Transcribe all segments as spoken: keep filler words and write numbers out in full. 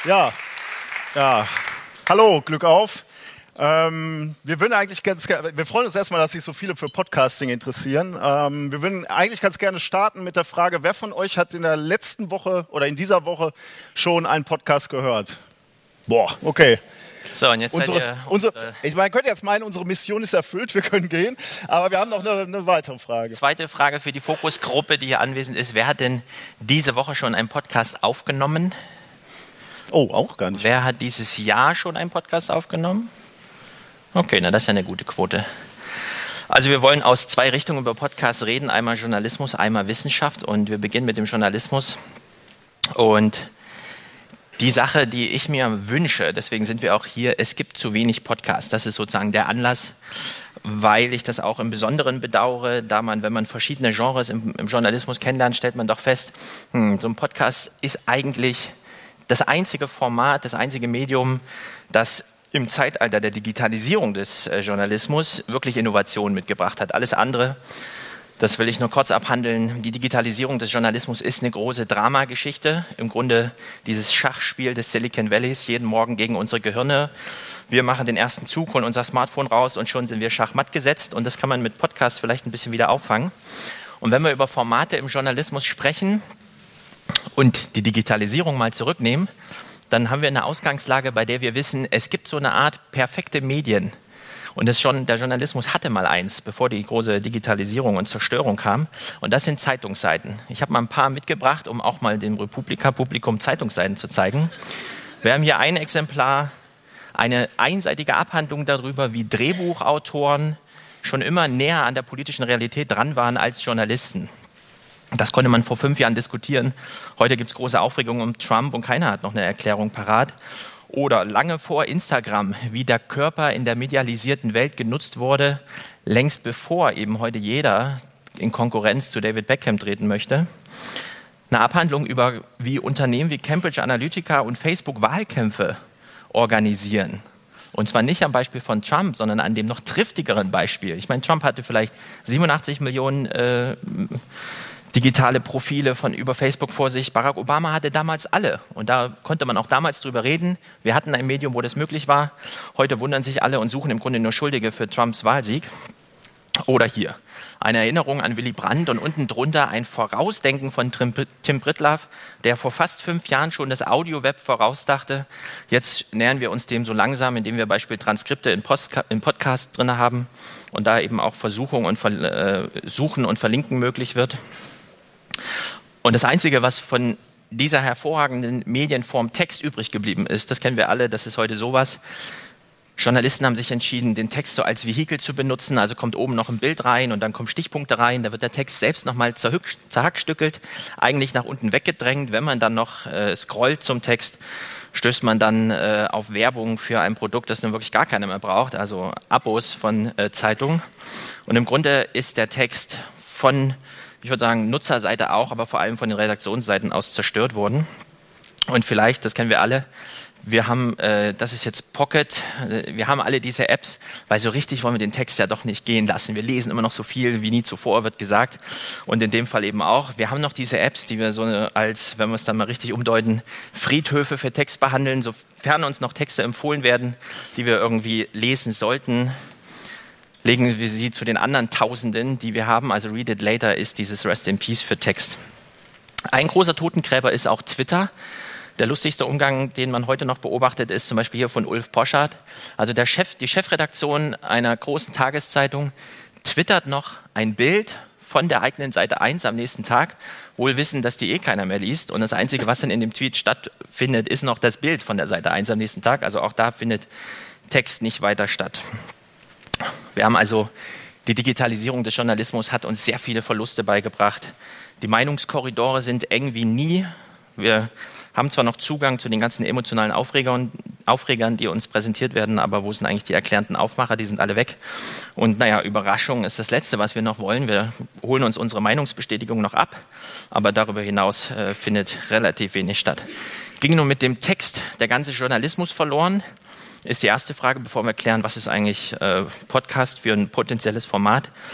Ja, ja. Hallo, Glück auf. Ähm, wir würden eigentlich ganz, wir freuen uns erstmal, dass sich so viele für Podcasting interessieren. Ähm, wir würden eigentlich ganz gerne starten mit der Frage, wer von euch hat in der letzten Woche oder in dieser Woche schon einen Podcast gehört? Boah, okay. So, und jetzt unsere, seid ihr, unsere, ich meine, könnt ihr jetzt meinen, unsere Mission ist erfüllt, wir können gehen, aber wir haben noch eine, eine weitere Frage. Zweite Frage für die Fokusgruppe, die hier anwesend ist. Wer hat denn diese Woche schon einen Podcast aufgenommen? Oh, auch gar nicht. Wer hat dieses Jahr schon einen Podcast aufgenommen? Okay, na das ist ja eine gute Quote. Also wir wollen aus zwei Richtungen über Podcasts reden, einmal Journalismus, einmal Wissenschaft, und wir beginnen mit dem Journalismus. Und die Sache, die ich mir wünsche, deswegen sind wir auch hier, es gibt zu wenig Podcasts. Das ist sozusagen der Anlass, weil ich das auch im Besonderen bedauere, da man, wenn man verschiedene Genres im, im Journalismus kennenlernt, stellt man doch fest, hm, so ein Podcast ist eigentlich das einzige Format, das einzige Medium, das im Zeitalter der Digitalisierung des äh, Journalismus wirklich Innovation mitgebracht hat. Alles andere, das will ich nur kurz abhandeln. Die Digitalisierung des Journalismus ist eine große Dramageschichte. Im Grunde dieses Schachspiel des Silicon Valleys, jeden Morgen gegen unsere Gehirne. Wir machen den ersten Zug, holen unser Smartphone raus und schon sind wir schachmatt gesetzt. Und das kann man mit Podcasts vielleicht ein bisschen wieder auffangen. Und wenn wir über Formate im Journalismus sprechen und die Digitalisierung mal zurücknehmen, dann haben wir eine Ausgangslage, bei der wir wissen, es gibt so eine Art perfekte Medien. Und das schon, der Journalismus hatte mal eins, bevor die große Digitalisierung und Zerstörung kam. Und das sind Zeitungsseiten. Ich habe mal ein paar mitgebracht, um auch mal dem Republika-Publikum Zeitungsseiten zu zeigen. Wir haben hier ein Exemplar, eine einseitige Abhandlung darüber, wie Drehbuchautoren schon immer näher an der politischen Realität dran waren als Journalisten. Das konnte man vor fünf Jahren diskutieren. Heute gibt es große Aufregung um Trump und keiner hat noch eine Erklärung parat. Oder lange vor Instagram, wie der Körper in der medialisierten Welt genutzt wurde, längst bevor eben heute jeder in Konkurrenz zu David Beckham treten möchte. Eine Abhandlung über, wie Unternehmen wie Cambridge Analytica und Facebook Wahlkämpfe organisieren. Und zwar nicht am Beispiel von Trump, sondern an dem noch triftigeren Beispiel. Ich meine, Trump hatte vielleicht siebenundachtzig Millionen äh, digitale Profile von über Facebook vor sich. Barack Obama hatte damals alle. Und da konnte man auch damals drüber reden. Wir hatten ein Medium, wo das möglich war. Heute wundern sich alle und suchen im Grunde nur Schuldige für Trumps Wahlsieg. Oder hier. Eine Erinnerung an Willy Brandt und unten drunter ein Vorausdenken von Tim Pritlove, der vor fast fünf Jahren schon das Audio-Web vorausdachte. Jetzt nähern wir uns dem so langsam, indem wir beispielsweise Transkripte im, Postka- im Podcast drin haben und da eben auch Versuchung und Ver- äh, Suchen und Verlinken möglich wird. Und das Einzige, was von dieser hervorragenden Medienform Text übrig geblieben ist, das kennen wir alle, das ist heute sowas. Journalisten haben sich entschieden, den Text so als Vehikel zu benutzen, also kommt oben noch ein Bild rein und dann kommen Stichpunkte rein, da wird der Text selbst nochmal zerhackstückelt, eigentlich nach unten weggedrängt. Wenn man dann noch äh, scrollt zum Text, stößt man dann äh, auf Werbung für ein Produkt, das nun wirklich gar keiner mehr braucht, also Abos von äh, Zeitungen. Und im Grunde ist der Text von, ich würde sagen, Nutzerseite auch, aber vor allem von den Redaktionsseiten aus zerstört worden. Und vielleicht, das kennen wir alle, wir haben, äh, das ist jetzt Pocket, äh, wir haben alle diese Apps, weil so richtig wollen wir den Text ja doch nicht gehen lassen. Wir lesen immer noch so viel wie nie zuvor, wird gesagt. Und in dem Fall eben auch. Wir haben noch diese Apps, die wir so als, wenn wir es dann mal richtig umdeuten, Friedhöfe für Text behandeln, sofern uns noch Texte empfohlen werden, die wir irgendwie lesen sollten. Legen wir sie zu den anderen Tausenden, die wir haben. Also Read It Later ist dieses Rest in Peace für Text. Ein großer Totengräber ist auch Twitter. Der lustigste Umgang, den man heute noch beobachtet, ist zum Beispiel hier von Ulf Poschardt. Also der Chef, die Chefredaktion einer großen Tageszeitung twittert noch ein Bild von der eigenen Seite eins am nächsten Tag, wohl wissen, dass die eh keiner mehr liest. Und das Einzige, was dann in dem Tweet stattfindet, ist noch das Bild von der Seite eins am nächsten Tag. Also auch da findet Text nicht weiter statt. Wir haben also, die Digitalisierung des Journalismus hat uns sehr viele Verluste beigebracht. Die Meinungskorridore sind eng wie nie. Wir haben zwar noch Zugang zu den ganzen emotionalen Aufregern, Aufregern, die uns präsentiert werden, aber wo sind eigentlich die erklärten Aufmacher? Die sind alle weg. Und naja, Überraschung ist das Letzte, was wir noch wollen. Wir holen uns unsere Meinungsbestätigung noch ab, aber darüber hinaus äh, findet relativ wenig statt. Ging nun mit dem Text der ganze Journalismus verloren? Ist die erste Frage, bevor wir klären, was ist eigentlich äh, Podcast für ein potenzielles Format.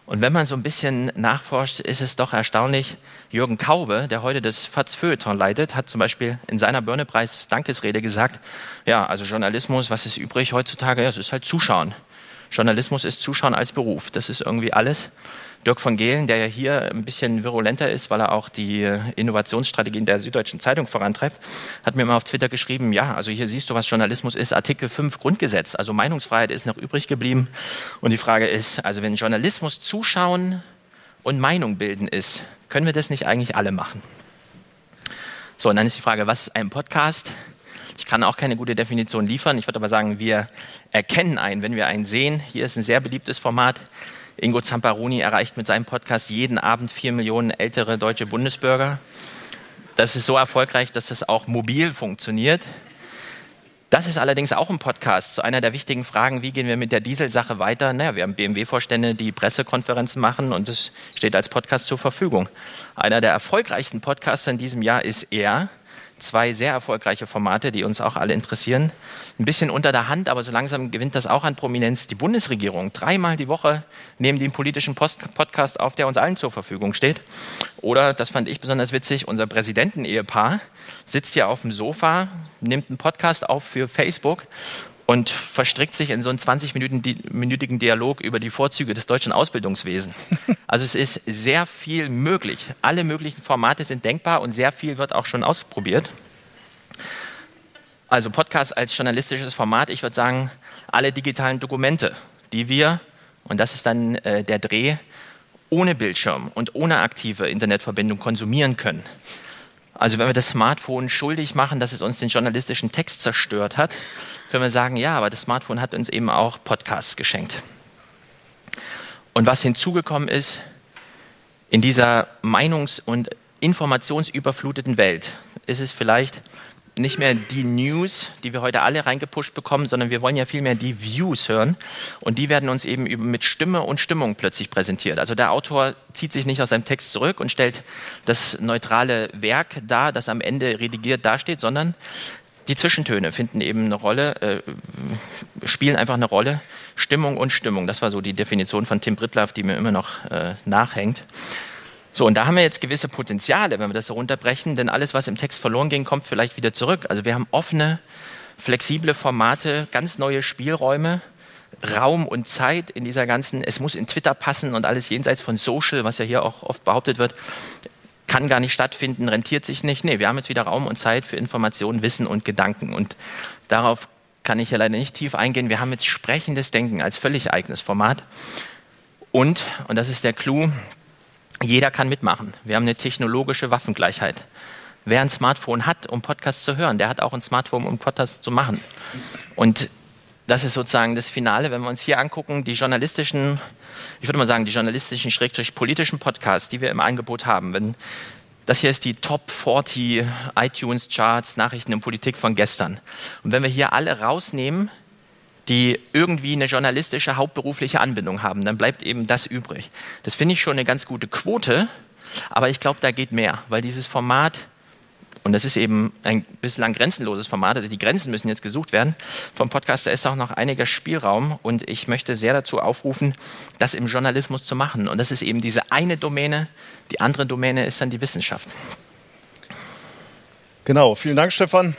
Und wenn man so ein bisschen nachforscht, ist es doch erstaunlich. Jürgen Kaube, der heute das F A Z-Feuilleton leitet, hat zum Beispiel in seiner Börne-Preis-Dankesrede gesagt, ja, also Journalismus, was ist übrig heutzutage? Ja, es ist halt Zuschauen. Journalismus ist Zuschauen als Beruf. Das ist irgendwie alles. Dirk von Gehlen, der ja hier ein bisschen virulenter ist, weil er auch die Innovationsstrategien der Süddeutschen Zeitung vorantreibt, hat mir mal auf Twitter geschrieben, ja, also hier siehst du, was Journalismus ist, Artikel fünf Grundgesetz, also Meinungsfreiheit ist noch übrig geblieben. Und die Frage ist, also wenn Journalismus Zuschauen und Meinung bilden ist, können wir das nicht eigentlich alle machen? So, und dann ist die Frage, was ist ein Podcast? Ich kann auch keine gute Definition liefern. Ich würde aber sagen, wir erkennen einen, wenn wir einen sehen. Hier ist ein sehr beliebtes Format. Ingo Zamparoni erreicht mit seinem Podcast jeden Abend vier Millionen ältere deutsche Bundesbürger. Das ist so erfolgreich, dass das auch mobil funktioniert. Das ist allerdings auch ein Podcast zu einer der wichtigen Fragen, wie gehen wir mit der Dieselsache weiter? Naja, wir haben B M W-Vorstände, die Pressekonferenzen machen und das steht als Podcast zur Verfügung. Einer der erfolgreichsten Podcasts in diesem Jahr ist er. Zwei sehr erfolgreiche Formate, die uns auch alle interessieren. Ein bisschen unter der Hand, aber so langsam gewinnt das auch an Prominenz. Die Bundesregierung, dreimal die Woche nehmen die einen politischen Post- Podcast auf, der uns allen zur Verfügung steht. Oder, das fand ich besonders witzig, unser Präsidentenehepaar sitzt hier auf dem Sofa, nimmt einen Podcast auf für Facebook und verstrickt sich in so einen zwanzig-minütigen Dialog über die Vorzüge des deutschen Ausbildungswesens. Also es ist sehr viel möglich. Alle möglichen Formate sind denkbar und sehr viel wird auch schon ausprobiert. Also Podcast als journalistisches Format, ich würde sagen, alle digitalen Dokumente, die wir, und das ist dann äh, der Dreh, ohne Bildschirm und ohne aktive Internetverbindung konsumieren können. Also wenn wir das Smartphone schuldig machen, dass es uns den journalistischen Text zerstört hat, können wir sagen, ja, aber das Smartphone hat uns eben auch Podcasts geschenkt. Und was hinzugekommen ist, in dieser meinungs- und informationsüberfluteten Welt, ist es vielleicht nicht mehr die News, die wir heute alle reingepusht bekommen, sondern wir wollen ja vielmehr die Views hören und die werden uns eben mit Stimme und Stimmung plötzlich präsentiert. Also der Autor zieht sich nicht aus seinem Text zurück und stellt das neutrale Werk dar, das am Ende redigiert dasteht, sondern die Zwischentöne finden eben eine Rolle, äh, spielen einfach eine Rolle. Stimmung und Stimmung, das war so die Definition von Tim Brittlaff, die mir immer noch äh, nachhängt. So, und da haben wir jetzt gewisse Potenziale, wenn wir das so runterbrechen, denn alles, was im Text verloren ging, kommt vielleicht wieder zurück. Also wir haben offene, flexible Formate, ganz neue Spielräume, Raum und Zeit in dieser ganzen, es muss in Twitter passen und alles jenseits von Social, was ja hier auch oft behauptet wird, kann gar nicht stattfinden, rentiert sich nicht. Nee, wir haben jetzt wieder Raum und Zeit für Information, Wissen und Gedanken und darauf kann ich ja leider nicht tief eingehen. Wir haben jetzt sprechendes Denken als völlig eigenes Format und, und das ist der Clou, jeder kann mitmachen. Wir haben eine technologische Waffengleichheit. Wer ein Smartphone hat, um Podcasts zu hören, der hat auch ein Smartphone, um Podcasts zu machen. Und das ist sozusagen das Finale, wenn wir uns hier angucken, die journalistischen, ich würde mal sagen, die journalistischen, schrägstrich politischen Podcasts, die wir im Angebot haben. Wenn, das hier ist die Top vierzig iTunes-Charts, Nachrichten und Politik von gestern. Und wenn wir hier alle rausnehmen, die irgendwie eine journalistische, hauptberufliche Anbindung haben, dann bleibt eben das übrig. Das finde ich schon eine ganz gute Quote, aber ich glaube, da geht mehr, weil dieses Format, und das ist eben ein bislang grenzenloses Format, also die Grenzen müssen jetzt gesucht werden, vom Podcast, da ist auch noch einiger Spielraum und ich möchte sehr dazu aufrufen, das im Journalismus zu machen. Und das ist eben diese eine Domäne, die andere Domäne ist dann die Wissenschaft. Genau, vielen Dank, Stefan.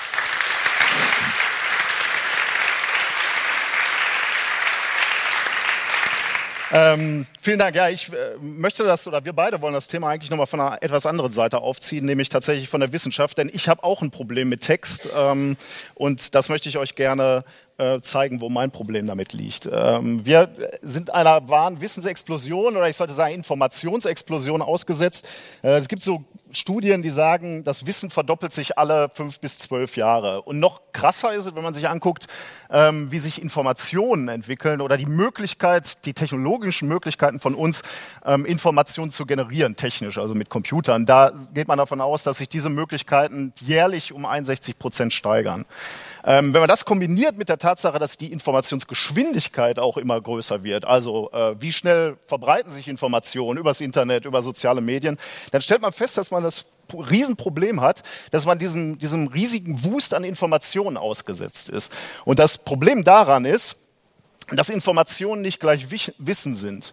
Ähm, vielen Dank. Ja, ich äh, möchte das, oder wir beide wollen das Thema eigentlich nochmal von einer etwas anderen Seite aufziehen, nämlich tatsächlich von der Wissenschaft, denn ich habe auch ein Problem mit Text ähm, und das möchte ich euch gerne äh, zeigen, wo mein Problem damit liegt. Ähm, wir sind einer wahren Wissensexplosion oder ich sollte sagen Informationsexplosion ausgesetzt. Äh, es gibt so Studien, die sagen, das Wissen verdoppelt sich alle fünf bis zwölf Jahre. Und noch krasser ist es, wenn man sich anguckt, ähm, wie sich Informationen entwickeln oder die Möglichkeit, die technologischen Möglichkeiten von uns, ähm, Informationen zu generieren, technisch, also mit Computern. Da geht man davon aus, dass sich diese Möglichkeiten jährlich um einundsechzig Prozent steigern. Ähm, wenn man das kombiniert mit der Tatsache, dass die Informationsgeschwindigkeit auch immer größer wird, also äh, wie schnell verbreiten sich Informationen übers Internet, über soziale Medien, dann stellt man fest, dass man das Riesenproblem hat, dass man diesem, diesem riesigen Wust an Informationen ausgesetzt ist. Und das Problem daran ist, dass Informationen nicht gleich Wissen sind.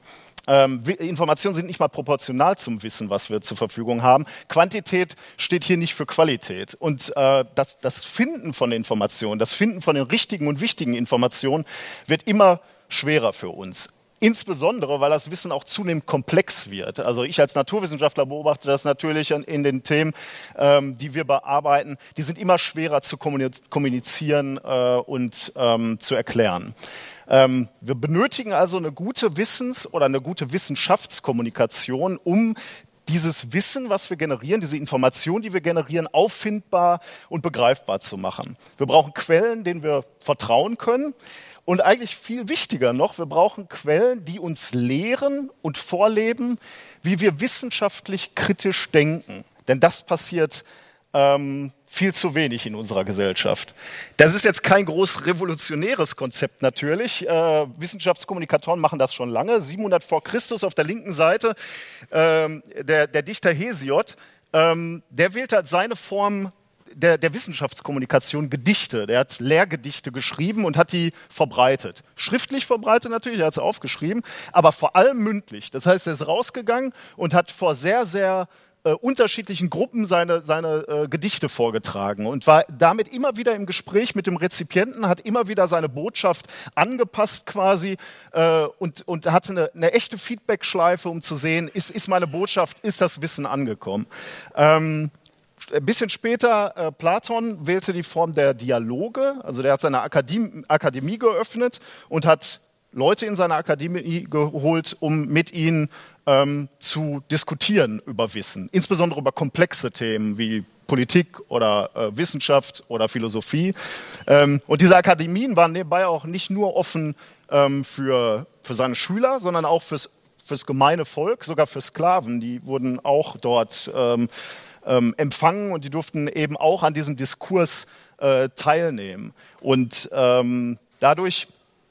Ähm, Informationen sind nicht mal proportional zum Wissen, was wir zur Verfügung haben. Quantität steht hier nicht für Qualität. Und äh, das, das Finden von Informationen, das Finden von den richtigen und wichtigen Informationen wird immer schwerer für uns. Insbesondere, weil das Wissen auch zunehmend komplex wird. Also ich als Naturwissenschaftler beobachte das natürlich in den Themen, ähm, die wir bearbeiten. Die sind immer schwerer zu kommunizieren äh, und ähm, zu erklären. Ähm, wir benötigen also eine gute Wissens- oder eine gute Wissenschaftskommunikation, um dieses Wissen, was wir generieren, diese Information, die wir generieren, auffindbar und begreifbar zu machen. Wir brauchen Quellen, denen wir vertrauen können. Und eigentlich viel wichtiger noch, wir brauchen Quellen, die uns lehren und vorleben, wie wir wissenschaftlich kritisch denken. Denn das passiert ähm, viel zu wenig in unserer Gesellschaft. Das ist jetzt kein groß revolutionäres Konzept natürlich. Äh, Wissenschaftskommunikatoren machen das schon lange. siebenhundert vor Christus auf der linken Seite, ähm, der, der Dichter Hesiod, ähm, der wählte als seine Form Der, der Wissenschaftskommunikation Gedichte. Der hat Lehrgedichte geschrieben und hat die verbreitet. Schriftlich verbreitet natürlich, er hat sie aufgeschrieben, aber vor allem mündlich. Das heißt, er ist rausgegangen und hat vor sehr, sehr äh, unterschiedlichen Gruppen seine, seine äh, Gedichte vorgetragen und war damit immer wieder im Gespräch mit dem Rezipienten, hat immer wieder seine Botschaft angepasst quasi äh, und, und hatte eine, eine echte Feedback-Schleife, um zu sehen, ist, ist meine Botschaft, ist das Wissen angekommen. Ähm, Ein bisschen später, äh, Platon wählte die Form der Dialoge, also der hat seine Akademie, Akademie geöffnet und hat Leute in seine Akademie geholt, um mit ihnen ähm, zu diskutieren über Wissen, insbesondere über komplexe Themen wie Politik oder äh, Wissenschaft oder Philosophie. Ähm, und diese Akademien waren nebenbei auch nicht nur offen ähm, für, für seine Schüler, sondern auch fürs, fürs gemeine Volk, sogar für Sklaven, die wurden auch dort ähm, Ähm, empfangen und die durften eben auch an diesem Diskurs äh, teilnehmen. Und ähm, dadurch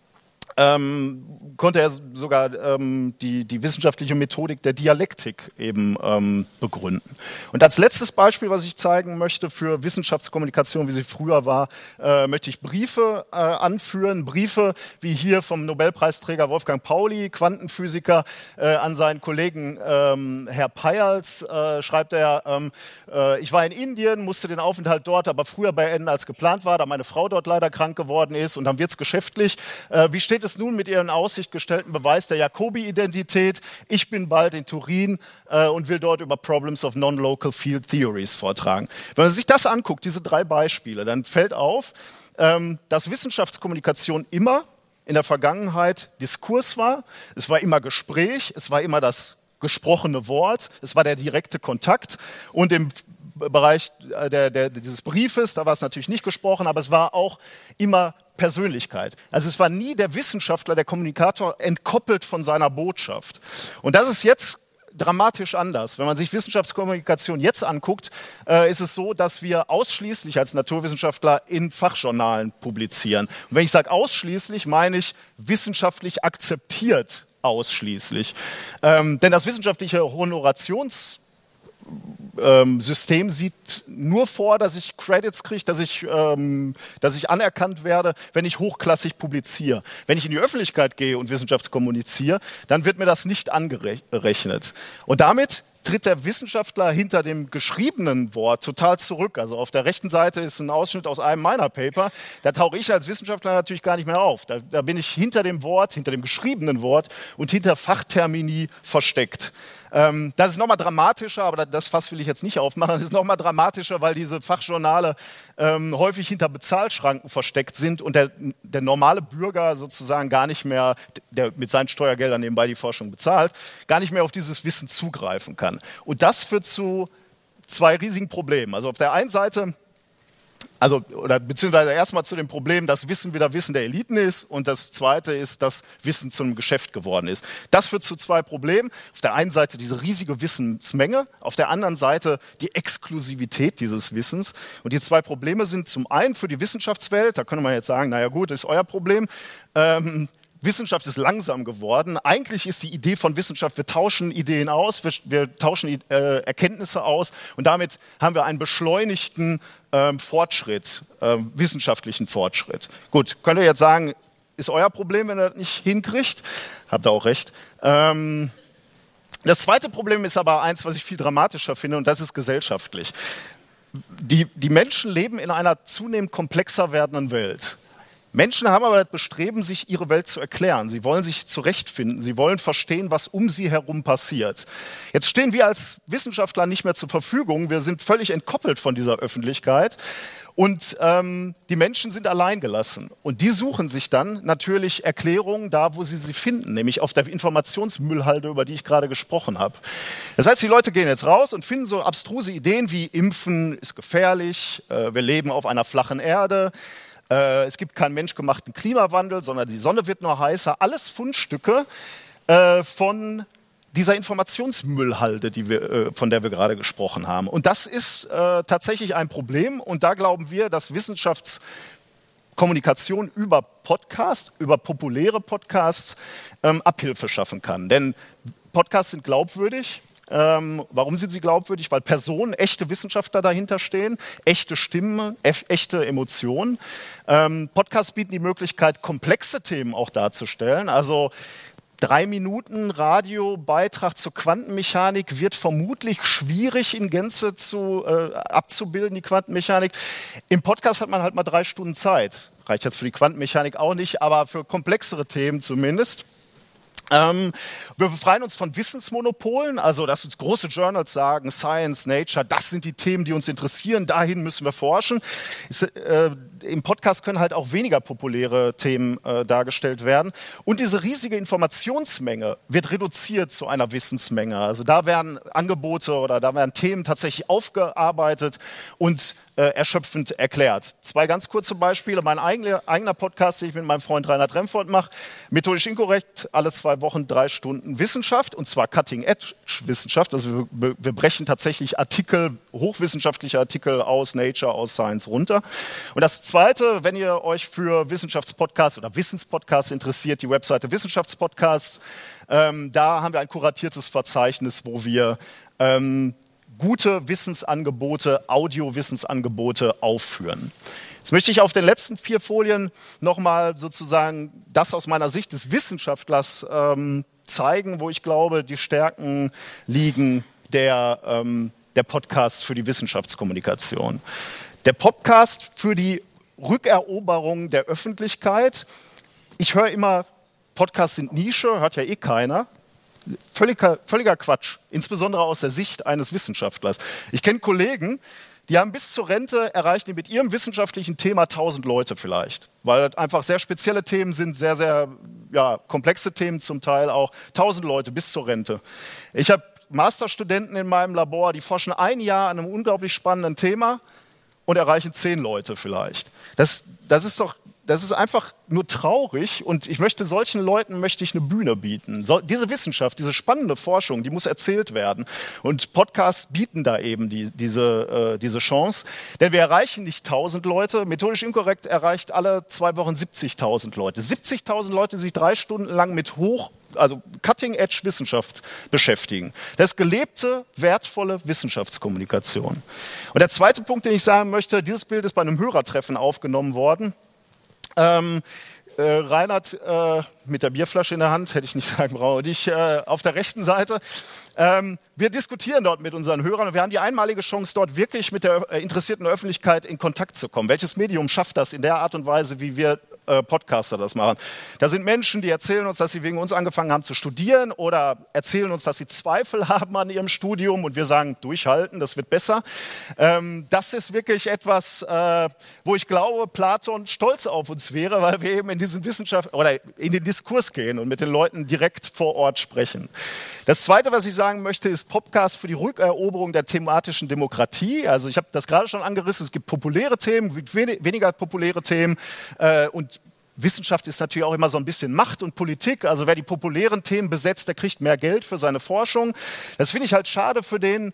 ähm, konnte er sogar ähm, die, die wissenschaftliche Methodik der Dialektik eben ähm, begründen. Und als letztes Beispiel, was ich zeigen möchte für Wissenschaftskommunikation, wie sie früher war, äh, möchte ich Briefe äh, anführen. Briefe wie hier vom Nobelpreisträger Wolfgang Pauli, Quantenphysiker, äh, an seinen Kollegen ähm, Herr Peierls äh, schreibt er, ähm, äh, ich war in Indien, musste den Aufenthalt dort aber früher beenden als geplant war, da meine Frau dort leider krank geworden ist und dann wird es geschäftlich. Äh, wie steht es nun mit Ihrem in Aussicht gestellten Beweis der Jacobi-Identität? Ich bin bald in Turin äh, und will dort über Problems of Non-Local Field Theories vortragen. Wenn man sich das anguckt, diese drei Beispiele, dann fällt auf, ähm, dass Wissenschaftskommunikation immer in der Vergangenheit Diskurs war. Es war immer Gespräch, es war immer das gesprochene Wort, es war der direkte Kontakt und im Bereich der, der, dieses Briefes, da war es natürlich nicht gesprochen, aber es war auch immer Persönlichkeit. Also es war nie der Wissenschaftler, der Kommunikator entkoppelt von seiner Botschaft. Und das ist jetzt dramatisch anders. Wenn man sich Wissenschaftskommunikation jetzt anguckt, äh, ist es so, dass wir ausschließlich als Naturwissenschaftler in Fachjournalen publizieren. Und wenn ich sage ausschließlich, meine ich wissenschaftlich akzeptiert ausschließlich. Ähm, denn das wissenschaftliche Honorations Ähm, System sieht nur vor, dass ich Credits kriege, dass ich, ähm, dass ich anerkannt werde, wenn ich hochklassig publiziere. Wenn ich in die Öffentlichkeit gehe und Wissenschaft kommuniziere, dann wird mir das nicht angerechnet. Und damit tritt der Wissenschaftler hinter dem geschriebenen Wort total zurück. Also auf der rechten Seite ist ein Ausschnitt aus einem meiner Paper. Da tauche ich als Wissenschaftler natürlich gar nicht mehr auf. Da, da bin ich hinter dem Wort, hinter dem geschriebenen Wort und hinter Fachtermini versteckt. Ähm, das ist nochmal dramatischer, aber das Fass will ich jetzt nicht aufmachen. Das ist nochmal dramatischer, weil diese Fachjournale ähm, häufig hinter Bezahlschranken versteckt sind und der, der normale Bürger sozusagen gar nicht mehr, der mit seinen Steuergeldern nebenbei die Forschung bezahlt, gar nicht mehr auf dieses Wissen zugreifen kann. Und das führt zu zwei riesigen Problemen. Also auf der einen Seite, also oder beziehungsweise erstmal zu dem Problem, dass Wissen wieder Wissen der Eliten ist und das zweite ist, dass Wissen zu einem Geschäft geworden ist. Das führt zu zwei Problemen. Auf der einen Seite diese riesige Wissensmenge, auf der anderen Seite die Exklusivität dieses Wissens. Und die zwei Probleme sind zum einen für die Wissenschaftswelt, da könnte man jetzt sagen, naja gut, das ist euer Problem, ähm, Wissenschaft ist langsam geworden. Eigentlich ist die Idee von Wissenschaft, wir tauschen Ideen aus, wir, wir tauschen äh, Erkenntnisse aus und damit haben wir einen beschleunigten ähm, Fortschritt, äh, wissenschaftlichen Fortschritt. Gut, könnt ihr jetzt sagen, ist euer Problem, wenn ihr das nicht hinkriegt. Habt ihr auch recht. Ähm, das zweite Problem ist aber eins, was ich viel dramatischer finde, und das ist gesellschaftlich. Die, die Menschen leben in einer zunehmend komplexer werdenden Welt. Menschen haben aber das Bestreben, sich ihre Welt zu erklären. Sie wollen sich zurechtfinden. Sie wollen verstehen, was um sie herum passiert. Jetzt stehen wir als Wissenschaftler nicht mehr zur Verfügung. Wir sind völlig entkoppelt von dieser Öffentlichkeit. Und ähm, die Menschen sind alleingelassen. Und die suchen sich dann natürlich Erklärungen da, wo sie sie finden, nämlich auf der Informationsmüllhalde, über die ich gerade gesprochen habe. Das heißt, die Leute gehen jetzt raus und finden so abstruse Ideen wie Impfen ist gefährlich, äh, wir leben auf einer flachen Erde, äh, es gibt keinen menschgemachten Klimawandel, sondern die Sonne wird nur heißer. Alles Fundstücke äh, von dieser Informationsmüllhalde, die wir, äh, von der wir gerade gesprochen haben. Und das ist äh, tatsächlich ein Problem. Und da glauben wir, dass Wissenschaftskommunikation über Podcasts, über populäre Podcasts ähm, Abhilfe schaffen kann. Denn Podcasts sind glaubwürdig. Ähm, warum sind sie glaubwürdig? Weil Personen, echte Wissenschaftler dahinter stehen, echte Stimmen, e- echte Emotionen. Ähm, Podcasts bieten die Möglichkeit, komplexe Themen auch darzustellen. Also Drei Minuten Radiobeitrag zur Quantenmechanik wird vermutlich schwierig in Gänze zu, äh, abzubilden, die Quantenmechanik. Im Podcast hat man halt mal drei Stunden Zeit. Reicht jetzt für die Quantenmechanik auch nicht, aber für komplexere Themen zumindest. Ähm, wir befreien uns von Wissensmonopolen, also dass uns große Journals sagen, Science, Nature, das sind die Themen, die uns interessieren, dahin müssen wir forschen. Ist, äh, im Podcast können halt auch weniger populäre Themen äh, dargestellt werden. Und diese riesige Informationsmenge wird reduziert zu einer Wissensmenge. Also da werden Angebote oder da werden Themen tatsächlich aufgearbeitet und äh, erschöpfend erklärt. Zwei ganz kurze Beispiele. Mein eigener, eigener Podcast, den ich mit meinem Freund Reinhard Remford mache, methodisch inkorrekt, alle zwei Wochen drei Stunden Wissenschaft, und zwar Cutting-Edge-Wissenschaft. Also wir, wir brechen tatsächlich Artikel, hochwissenschaftliche Artikel aus Nature, aus Science runter. Und das Zweite, wenn ihr euch für Wissenschaftspodcasts oder Wissenspodcasts interessiert, die Webseite Wissenschaftspodcasts, ähm, da haben wir ein kuratiertes Verzeichnis, wo wir ähm, gute Wissensangebote, Audio-Wissensangebote aufführen. Jetzt möchte ich auf den letzten vier Folien nochmal sozusagen das aus meiner Sicht des Wissenschaftlers ähm, zeigen, wo ich glaube, die Stärken liegen der, ähm, der Podcast für die Wissenschaftskommunikation. Der Podcast für die Rückeroberung der Öffentlichkeit. Ich höre immer, Podcasts sind Nische, hört ja eh keiner. Völliger, völliger Quatsch, insbesondere aus der Sicht eines Wissenschaftlers. Ich kenne Kollegen, die haben bis zur Rente erreicht, die mit ihrem wissenschaftlichen Thema tausend Leute vielleicht, weil einfach sehr spezielle Themen sind, sehr, sehr ja, komplexe Themen zum Teil auch. tausend Leute bis zur Rente. Ich habe Masterstudenten in meinem Labor, die forschen ein Jahr an einem unglaublich spannenden Thema und erreichen zehn Leute vielleicht. Das, das ist doch, das ist einfach nur traurig, und ich möchte solchen Leuten möchte ich eine Bühne bieten. So, diese Wissenschaft, diese spannende Forschung, die muss erzählt werden, und Podcasts bieten da eben die, diese, äh, diese Chance, denn wir erreichen nicht tausend Leute. Methodisch inkorrekt erreicht alle zwei Wochen siebzigtausend Leute. siebzigtausend Leute, die sich drei Stunden lang mit hoch also Cutting-Edge-Wissenschaft beschäftigen. Das ist gelebte, wertvolle Wissenschaftskommunikation. Und der zweite Punkt, den ich sagen möchte, dieses Bild ist bei einem Hörertreffen aufgenommen worden. Ähm, äh, Reinhard äh, mit der Bierflasche in der Hand, hätte ich nicht sagen brauchen, und ich äh, auf der rechten Seite. Ähm, wir diskutieren dort mit unseren Hörern, und wir haben die einmalige Chance, dort wirklich mit der äh, interessierten Öffentlichkeit in Kontakt zu kommen. Welches Medium schafft das in der Art und Weise, wie wir äh, Podcaster das machen? Da sind Menschen, die erzählen uns, dass sie wegen uns angefangen haben zu studieren, oder erzählen uns, dass sie Zweifel haben an ihrem Studium, und wir sagen, durchhalten, das wird besser. Ähm, das ist wirklich etwas, äh, wo ich glaube, Platon stolz auf uns wäre, weil wir eben in diesen Wissenschaft oder in den Diskurs gehen und mit den Leuten direkt vor Ort sprechen. Das Zweite, was ich sagen möchte, ist Podcast für die Rückeroberung der thematischen Demokratie. Also ich habe das gerade schon angerissen, es gibt populäre Themen, weniger populäre Themen, äh, und Wissenschaft ist natürlich auch immer so ein bisschen Macht und Politik. Also wer die populären Themen besetzt, der kriegt mehr Geld für seine Forschung. Das finde ich halt schade für den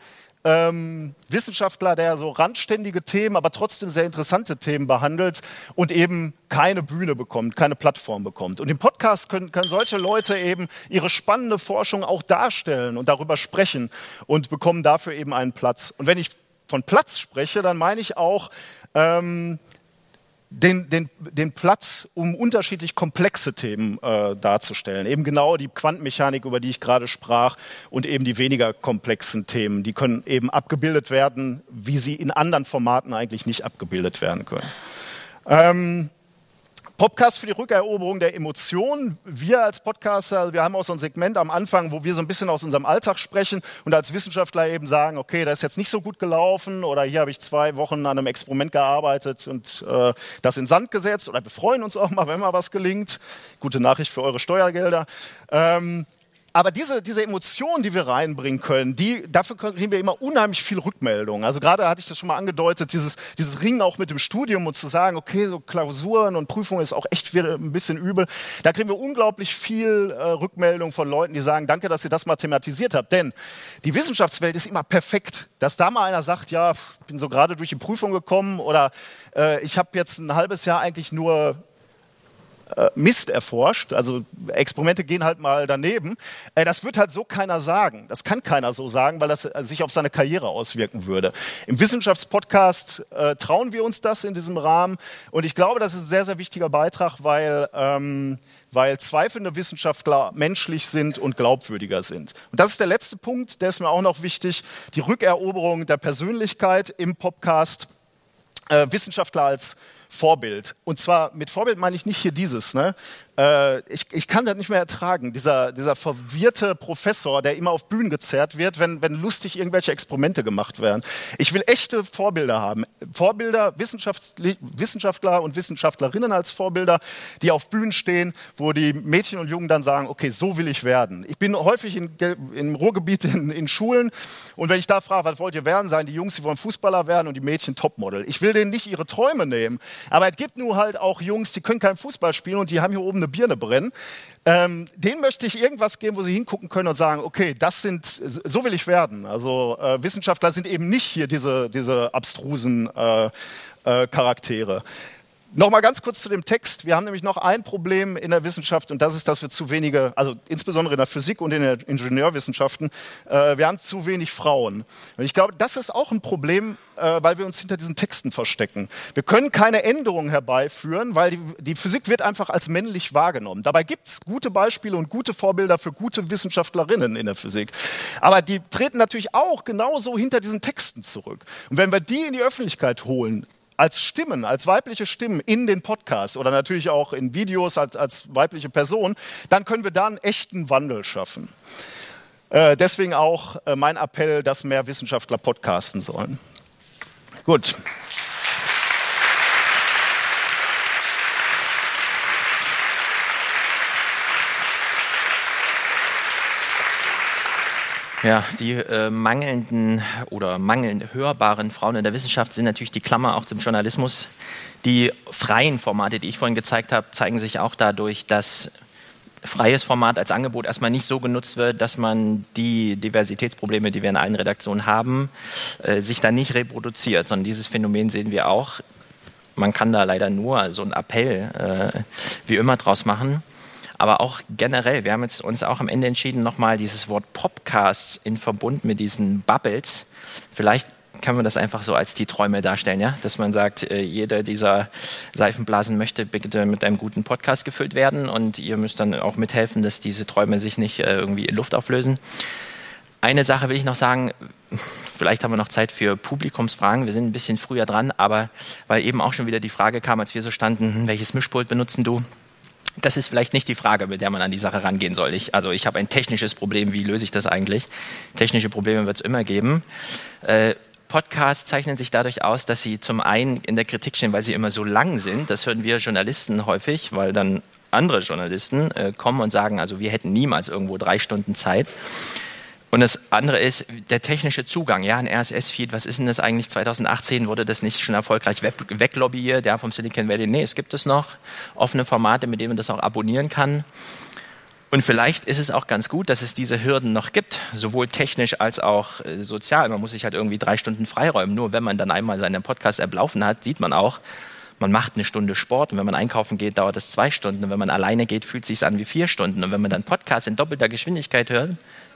ähm, Wissenschaftler, der so randständige Themen, aber trotzdem sehr interessante Themen behandelt und eben keine Bühne bekommt, keine Plattform bekommt. Und im Podcast können, können solche Leute eben ihre spannende Forschung auch darstellen und darüber sprechen und bekommen dafür eben einen Platz. Und wenn ich von Platz spreche, dann meine ich auch, ähm, den, den, den Platz, um unterschiedlich komplexe Themen äh, darzustellen. Eben genau die Quantenmechanik, über die ich gerade sprach, und eben die weniger komplexen Themen. Die können eben abgebildet werden, wie sie in anderen Formaten eigentlich nicht abgebildet werden können. Ähm, Podcast für die Rückeroberung der Emotionen. Wir als Podcaster, wir haben auch so ein Segment am Anfang, wo wir so ein bisschen aus unserem Alltag sprechen und als Wissenschaftler eben sagen, okay, das ist jetzt nicht so gut gelaufen oder hier habe ich zwei Wochen an einem Experiment gearbeitet und äh, das in Sand gesetzt oder wir freuen uns auch mal, wenn mal was gelingt. Gute Nachricht für eure Steuergelder. Ähm, Aber diese, diese Emotionen, die wir reinbringen können, die, dafür kriegen wir immer unheimlich viel Rückmeldung. Also gerade hatte ich das schon mal angedeutet, dieses, dieses Ringen auch mit dem Studium und zu sagen, okay, so Klausuren und Prüfungen ist auch echt wieder ein bisschen übel. Da kriegen wir unglaublich viel äh, Rückmeldung von Leuten, die sagen, danke, dass ihr das mal thematisiert habt. Denn die Wissenschaftswelt ist immer perfekt. Dass da mal einer sagt, ja, ich bin so gerade durch die Prüfung gekommen oder äh, ich habe jetzt ein halbes Jahr eigentlich nur Mist erforscht, also Experimente gehen halt mal daneben. Das wird halt so keiner sagen. Das kann keiner so sagen, weil das sich auf seine Karriere auswirken würde. Im Wissenschaftspodcast äh, trauen wir uns das in diesem Rahmen und ich glaube, das ist ein sehr, sehr wichtiger Beitrag, weil, ähm, weil zweifelnde Wissenschaftler menschlich sind und glaubwürdiger sind. Und das ist der letzte Punkt, der ist mir auch noch wichtig, die Rückeroberung der Persönlichkeit im Podcast. Äh, Wissenschaftler als Vorbild. Und zwar mit Vorbild meine ich nicht hier dieses. Ne? Äh, ich, ich kann das nicht mehr ertragen. Dieser, dieser verwirrte Professor, der immer auf Bühnen gezerrt wird, wenn, wenn lustig irgendwelche Experimente gemacht werden. Ich will echte Vorbilder haben. Vorbilder, Wissenschaftler und Wissenschaftlerinnen als Vorbilder, die auf Bühnen stehen, wo die Mädchen und Jungen dann sagen, okay, so will ich werden. Ich bin häufig in, im Ruhrgebiet in, in Schulen und wenn ich da frage, was wollt ihr werden, sagen die Jungs, die wollen Fußballer werden und die Mädchen Topmodel. Ich will denen nicht ihre Träume nehmen. Aber es gibt nur halt auch Jungs, die können kein Fußball spielen und die haben hier oben eine Birne brennen. Ähm, denen möchte ich irgendwas geben, wo sie hingucken können und sagen, okay, das sind, so will ich werden. Also äh, Wissenschaftler sind eben nicht hier diese, diese abstrusen äh, äh, Charaktere. Nochmal ganz kurz zu dem Text. Wir haben nämlich noch ein Problem in der Wissenschaft und das ist, dass wir zu wenige, also insbesondere in der Physik und in den Ingenieurwissenschaften, äh, wir haben zu wenig Frauen. Und ich glaube, das ist auch ein Problem, äh, weil wir uns hinter diesen Texten verstecken. Wir können keine Änderungen herbeiführen, weil die, die Physik wird einfach als männlich wahrgenommen. Dabei gibt es gute Beispiele und gute Vorbilder für gute Wissenschaftlerinnen in der Physik. Aber die treten natürlich auch genauso hinter diesen Texten zurück. Und wenn wir die in die Öffentlichkeit holen, als Stimmen, als weibliche Stimmen in den Podcasts oder natürlich auch in Videos als, als weibliche Person, dann können wir da einen echten Wandel schaffen. Äh, deswegen auch äh, mein Appell, dass mehr Wissenschaftler podcasten sollen. Gut. Ja, die äh, mangelnden oder mangelnd hörbaren Frauen in der Wissenschaft sind natürlich die Klammer auch zum Journalismus. Die freien Formate, die ich vorhin gezeigt habe, zeigen sich auch dadurch, dass freies Format als Angebot erstmal nicht so genutzt wird, dass man die Diversitätsprobleme, die wir in allen Redaktionen haben, äh, sich da nicht reproduziert, sondern dieses Phänomen sehen wir auch. Man kann da leider nur so einen Appell äh, wie immer draus machen. Aber auch generell, wir haben jetzt uns auch am Ende entschieden, nochmal dieses Wort Podcast in Verbund mit diesen Bubbles, vielleicht kann man das einfach so als die Träume darstellen, ja? Dass man sagt, äh, jeder dieser Seifenblasen möchte bitte mit einem guten Podcast gefüllt werden und ihr müsst dann auch mithelfen, dass diese Träume sich nicht äh, irgendwie in Luft auflösen. Eine Sache will ich noch sagen, vielleicht haben wir noch Zeit für Publikumsfragen, wir sind ein bisschen früher dran, aber weil eben auch schon wieder die Frage kam, als wir so standen, hm, welches Mischpult benutzen du? Das ist vielleicht nicht die Frage, mit der man an die Sache rangehen soll. Ich, also ich habe ein technisches Problem, wie löse ich das eigentlich? Technische Probleme wird es immer geben. Äh, Podcasts zeichnen sich dadurch aus, dass sie zum einen in der Kritik stehen, weil sie immer so lang sind. Das hören wir Journalisten häufig, weil dann andere Journalisten äh, kommen und sagen, also wir hätten niemals irgendwo drei Stunden Zeit. Und das andere ist der technische Zugang. Ja, ein R S S-Feed, was ist denn das eigentlich? zwanzig achtzehn wurde das nicht schon erfolgreich weglobbyiert, ja, vom Silicon Valley. Nee, es gibt es noch. Offene Formate, mit denen man das auch abonnieren kann. Und vielleicht ist es auch ganz gut, dass es diese Hürden noch gibt, sowohl technisch als auch äh, sozial. Man muss sich halt irgendwie drei Stunden freiräumen. Nur wenn man dann einmal seinen Podcast-App laufen hat, sieht man auch, man macht eine Stunde Sport und wenn man einkaufen geht, dauert das zwei Stunden. Und wenn man alleine geht, fühlt es sich an wie vier Stunden. Und wenn man dann Podcasts in doppelter Geschwindigkeit hört,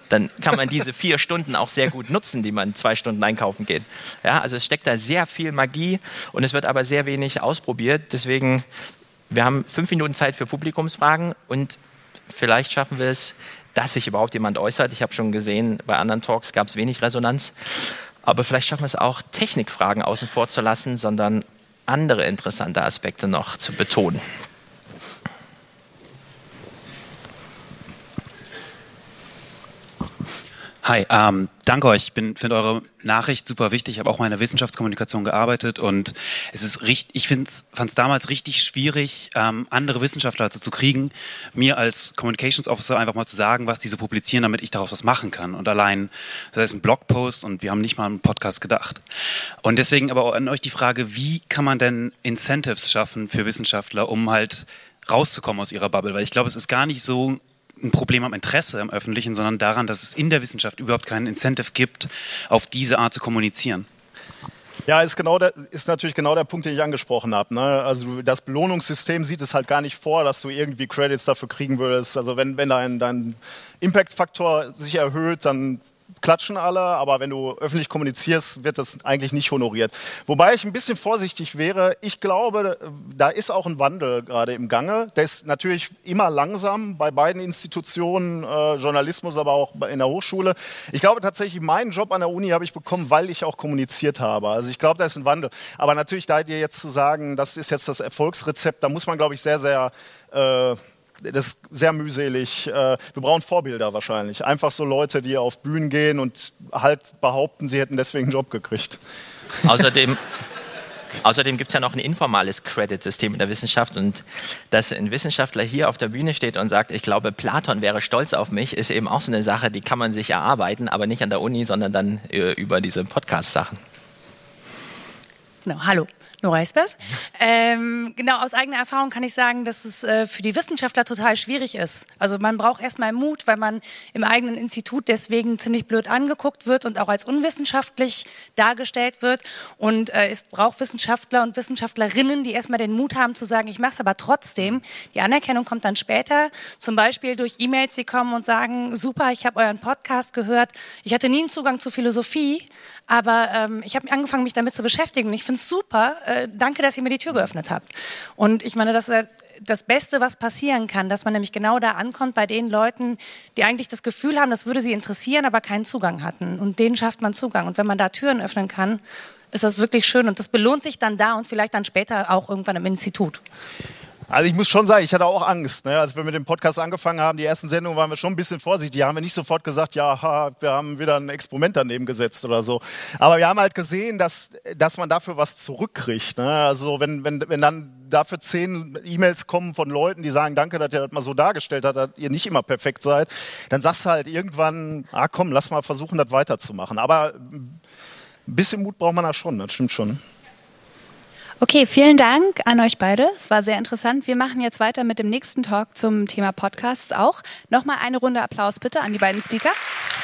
dann kann man diese vier Stunden auch sehr gut nutzen, die man zwei Stunden einkaufen geht. Ja, also es steckt da sehr viel Magie und es wird aber sehr wenig ausprobiert. Deswegen, wir haben fünf Minuten Zeit für Publikumsfragen und vielleicht schaffen wir es, dass sich überhaupt jemand äußert. Ich habe schon gesehen, bei anderen Talks gab es wenig Resonanz. Aber vielleicht schaffen wir es auch, Technikfragen außen vor zu lassen, sondern andere interessante Aspekte noch zu betonen. Hi, ähm, danke euch. Ich finde eure Nachricht super wichtig. Ich habe auch mal in der Wissenschaftskommunikation gearbeitet und es ist richtig, ich fand es damals richtig schwierig, ähm, andere Wissenschaftler dazu zu kriegen, mir als Communications Officer einfach mal zu sagen, was diese publizieren, damit ich daraus was machen kann. Und allein, das heißt ein Blogpost und wir haben nicht mal einen Podcast gedacht. Und deswegen aber auch an euch die Frage, wie kann man denn Incentives schaffen für Wissenschaftler, um halt rauszukommen aus ihrer Bubble? Weil ich glaube, es ist gar nicht so ein Problem am Interesse im Öffentlichen, sondern daran, dass es in der Wissenschaft überhaupt keinen Incentive gibt, auf diese Art zu kommunizieren. Ja, ist, genau der, ist natürlich genau der Punkt, den ich angesprochen habe. Ne? Also das Belohnungssystem sieht es halt gar nicht vor, dass du irgendwie Credits dafür kriegen würdest. Also wenn, wenn dein, dein Impact-Faktor sich erhöht, dann klatschen alle, aber wenn du öffentlich kommunizierst, wird das eigentlich nicht honoriert. Wobei ich ein bisschen vorsichtig wäre. Ich glaube, da ist auch ein Wandel gerade im Gange. Der ist natürlich immer langsam bei beiden Institutionen, äh, Journalismus, aber auch in der Hochschule. Ich glaube tatsächlich, meinen Job an der Uni habe ich bekommen, weil ich auch kommuniziert habe. Also ich glaube, da ist ein Wandel. Aber natürlich, da dir jetzt zu sagen, das ist jetzt das Erfolgsrezept, da muss man, glaube ich, sehr, sehr äh, das ist sehr mühselig. Wir brauchen Vorbilder wahrscheinlich. Einfach so Leute, die auf Bühnen gehen und halt behaupten, sie hätten deswegen einen Job gekriegt. Außerdem, außerdem gibt es ja noch ein informales Credit-System in der Wissenschaft und dass ein Wissenschaftler hier auf der Bühne steht und sagt, ich glaube, Platon wäre stolz auf mich, ist eben auch so eine Sache, die kann man sich erarbeiten, aber nicht an der Uni, sondern dann über diese Podcast-Sachen. Genau, hallo. Nora Espers. Ähm, genau, aus eigener Erfahrung kann ich sagen, dass es äh, für die Wissenschaftler total schwierig ist. Also man braucht erstmal Mut, weil man im eigenen Institut deswegen ziemlich blöd angeguckt wird und auch als unwissenschaftlich dargestellt wird. Und äh, es braucht Wissenschaftler und Wissenschaftlerinnen, die erstmal den Mut haben zu sagen, ich mache es aber trotzdem. Die Anerkennung kommt dann später, zum Beispiel durch E-Mails, die kommen und sagen, super, ich habe euren Podcast gehört. Ich hatte nie einen Zugang zur Philosophie, aber ähm, ich habe angefangen, mich damit zu beschäftigen und ich finde es super. Äh, danke, dass ihr mir die Tür geöffnet habt. Und ich meine, das ist das Beste, was passieren kann, dass man nämlich genau da ankommt bei den Leuten, die eigentlich das Gefühl haben, das würde sie interessieren, aber keinen Zugang hatten. Und denen schafft man Zugang. Und wenn man da Türen öffnen kann, ist das wirklich schön. Und das belohnt sich dann da und vielleicht dann später auch irgendwann im Institut. Also ich muss schon sagen, ich hatte auch Angst. Ne? Als wir mit dem Podcast angefangen haben, die ersten Sendungen, waren wir schon ein bisschen vorsichtig. Die haben wir nicht sofort gesagt, ja, ha, wir haben wieder ein Experiment daneben gesetzt oder so. Aber wir haben halt gesehen, dass, dass man dafür was zurückkriegt. Ne? Also wenn, wenn, wenn dann dafür zehn E-Mails kommen von Leuten, die sagen, danke, dass ihr das mal so dargestellt habt, dass ihr nicht immer perfekt seid, dann sagst du halt irgendwann, ah komm, lass mal versuchen, das weiterzumachen. Aber ein bisschen Mut braucht man da schon, das stimmt schon. Okay, vielen Dank an euch beide. Es war sehr interessant. Wir machen jetzt weiter mit dem nächsten Talk zum Thema Podcasts auch. Nochmal eine Runde Applaus bitte an die beiden Speaker.